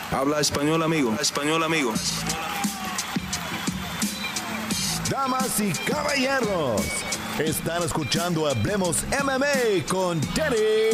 Habla español, amigo. Español, amigo. Damas y caballeros, están escuchando Hablemos MMA con Dani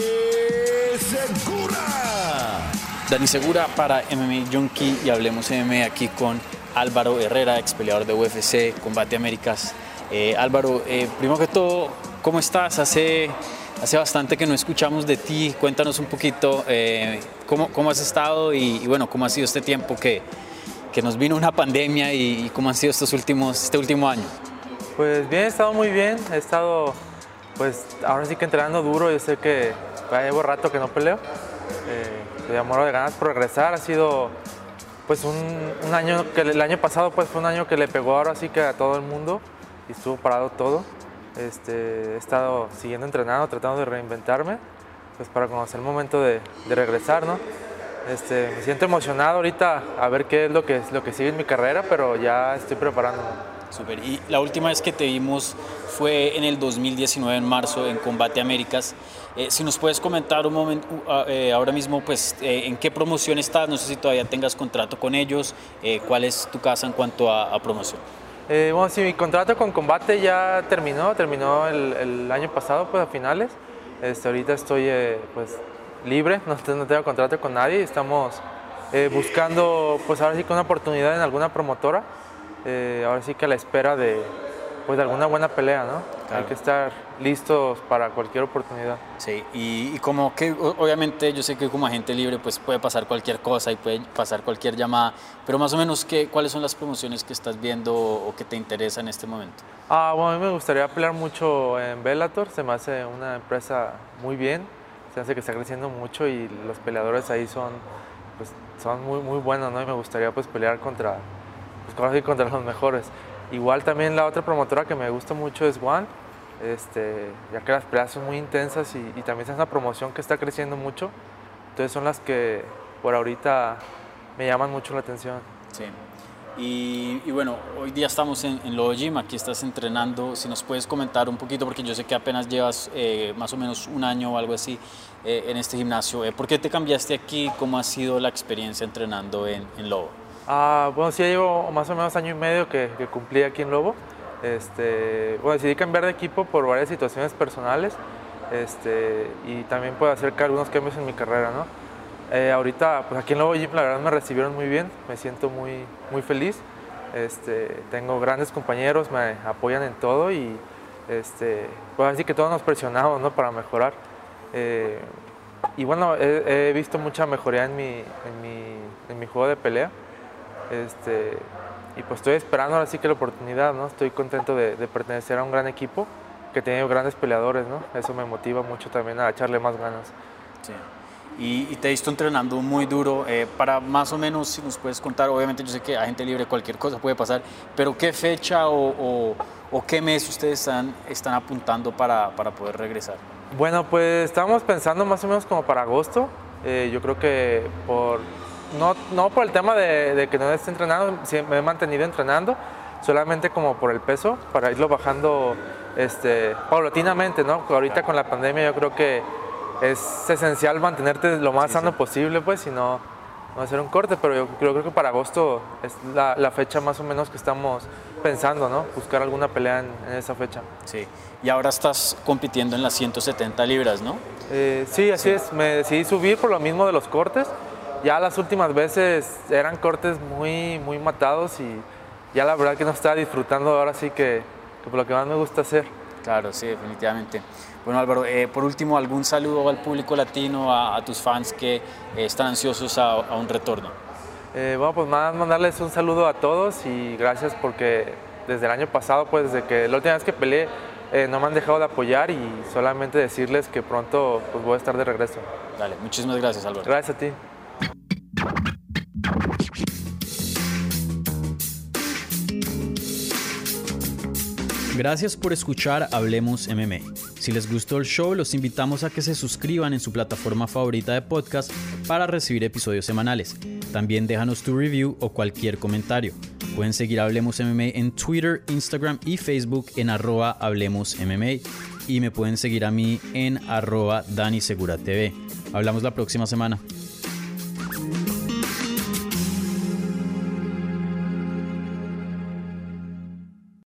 Segura. Dani Segura para MMA Junkie y Hablemos MMA aquí con Álvaro Herrera, ex peleador de UFC, Combate Américas. Álvaro, primero que todo, ¿cómo estás? Hace bastante que no escuchamos de ti. Cuéntanos un poquito cómo has estado y bueno, cómo ha sido este tiempo que nos vino una pandemia y cómo han sido este último año. Pues bien, he estado muy bien. He estado, pues ahora sí que entrenando duro. Yo sé que ya llevo rato que no peleo. Me muero de ganas por regresar. Ha sido pues un año que el año pasado pues fue un año que le pegó ahora sí que a todo el mundo y estuvo parado todo. He estado siguiendo entrenando, tratando de reinventarme, pues para conocer el momento de regresar, ¿no? Me siento emocionado ahorita a ver qué es lo que sigue en mi carrera, pero ya estoy preparándome. Súper. Y la última vez que te vimos fue en el 2019, en marzo, en Combate Américas. Si nos puedes comentar un momento, ahora mismo, pues, ¿en qué promoción estás? No sé si todavía tengas contrato con ellos. ¿Cuál es tu casa en cuanto a promoción? Bueno, sí, mi contrato con Combate ya terminó el año pasado, pues a finales. Ahorita estoy pues libre, no tengo contrato con nadie. Estamos buscando, pues ahora sí que una oportunidad en alguna promotora. Ahora sí que a la espera de alguna buena pelea, ¿no? Claro. Hay que estar listos para cualquier oportunidad. Sí, y como que obviamente yo sé que como agente libre pues puede pasar cualquier cosa y puede pasar cualquier llamada, pero más o menos ¿cuáles son las promociones que estás viendo o que te interesa en este momento? Bueno, a mí me gustaría pelear mucho en Bellator, se me hace una empresa muy bien, se hace que está creciendo mucho y los peleadores ahí son muy, muy buenos, ¿no? Y me gustaría pues pelear contra los mejores. Igual también la otra promotora que me gusta mucho es One, ya que las peleas son muy intensas y también es una promoción que está creciendo mucho, entonces son las que por ahorita me llaman mucho la atención. Sí. Y bueno, hoy día estamos en Lobo Gym, aquí estás entrenando. Si nos puedes comentar un poquito, porque yo sé que apenas llevas más o menos un año o algo así en este gimnasio. ¿Por qué te cambiaste aquí? ¿Cómo ha sido la experiencia entrenando en Lobo? Bueno, sí, llevo más o menos año y medio que cumplí aquí en Lobo. Decidí cambiar de equipo por varias situaciones personales y también puedo hacer algunos cambios en mi carrera, ¿no? Ahorita, pues aquí en Lobo Gym, la verdad me recibieron muy bien, me siento muy, muy feliz. Tengo grandes compañeros, me apoyan en todo y pues así que todos nos presionamos, ¿no? Para mejorar. Y bueno, he visto mucha mejoría en mi juego de pelea. Y pues estoy esperando ahora sí que la oportunidad, ¿no? Estoy contento de pertenecer a un gran equipo que tiene grandes peleadores, ¿no? Eso me motiva mucho también a echarle más ganas. Sí. Y te he visto entrenando muy duro. Para más o menos, si nos puedes contar, obviamente yo sé que a gente libre cualquier cosa puede pasar, pero ¿qué fecha o qué mes ustedes están apuntando para poder regresar? Bueno, pues estábamos pensando más o menos como para agosto. Yo creo que no por el tema de que no esté entrenando, me he mantenido entrenando, solamente como por el peso, para irlo bajando paulatinamente, ¿no? Ahorita con la pandemia yo creo que es esencial mantenerte lo más sano posible, pues, y no hacer un corte, pero yo creo que para agosto es la fecha más o menos que estamos pensando, ¿no? Buscar alguna pelea en esa fecha. Sí, y ahora estás compitiendo en las 170 libras, ¿no? Sí, así es, me decidí subir por lo mismo de los cortes. Ya las últimas veces eran cortes muy, muy matados y ya la verdad que no estaba disfrutando ahora sí que por lo que más me gusta hacer. Claro, sí, definitivamente. Bueno, Álvaro, por último, ¿algún saludo al público latino, a tus fans que están ansiosos a un retorno? Bueno, pues más mandarles un saludo a todos y gracias porque desde el año pasado, pues desde que la última vez que peleé, no me han dejado de apoyar y solamente decirles que pronto pues, voy a estar de regreso. Dale, muchísimas gracias, Álvaro. Gracias a ti. Gracias por escuchar Hablemos MMA. Si les gustó el show, los invitamos a que se suscriban en su plataforma favorita de podcast para recibir episodios semanales. También déjanos tu review o cualquier comentario. Pueden seguir Hablemos MMA en Twitter, Instagram y Facebook en @HablemosMMA y me pueden seguir a mí en @DaniSeguraTV. Hablamos la próxima semana.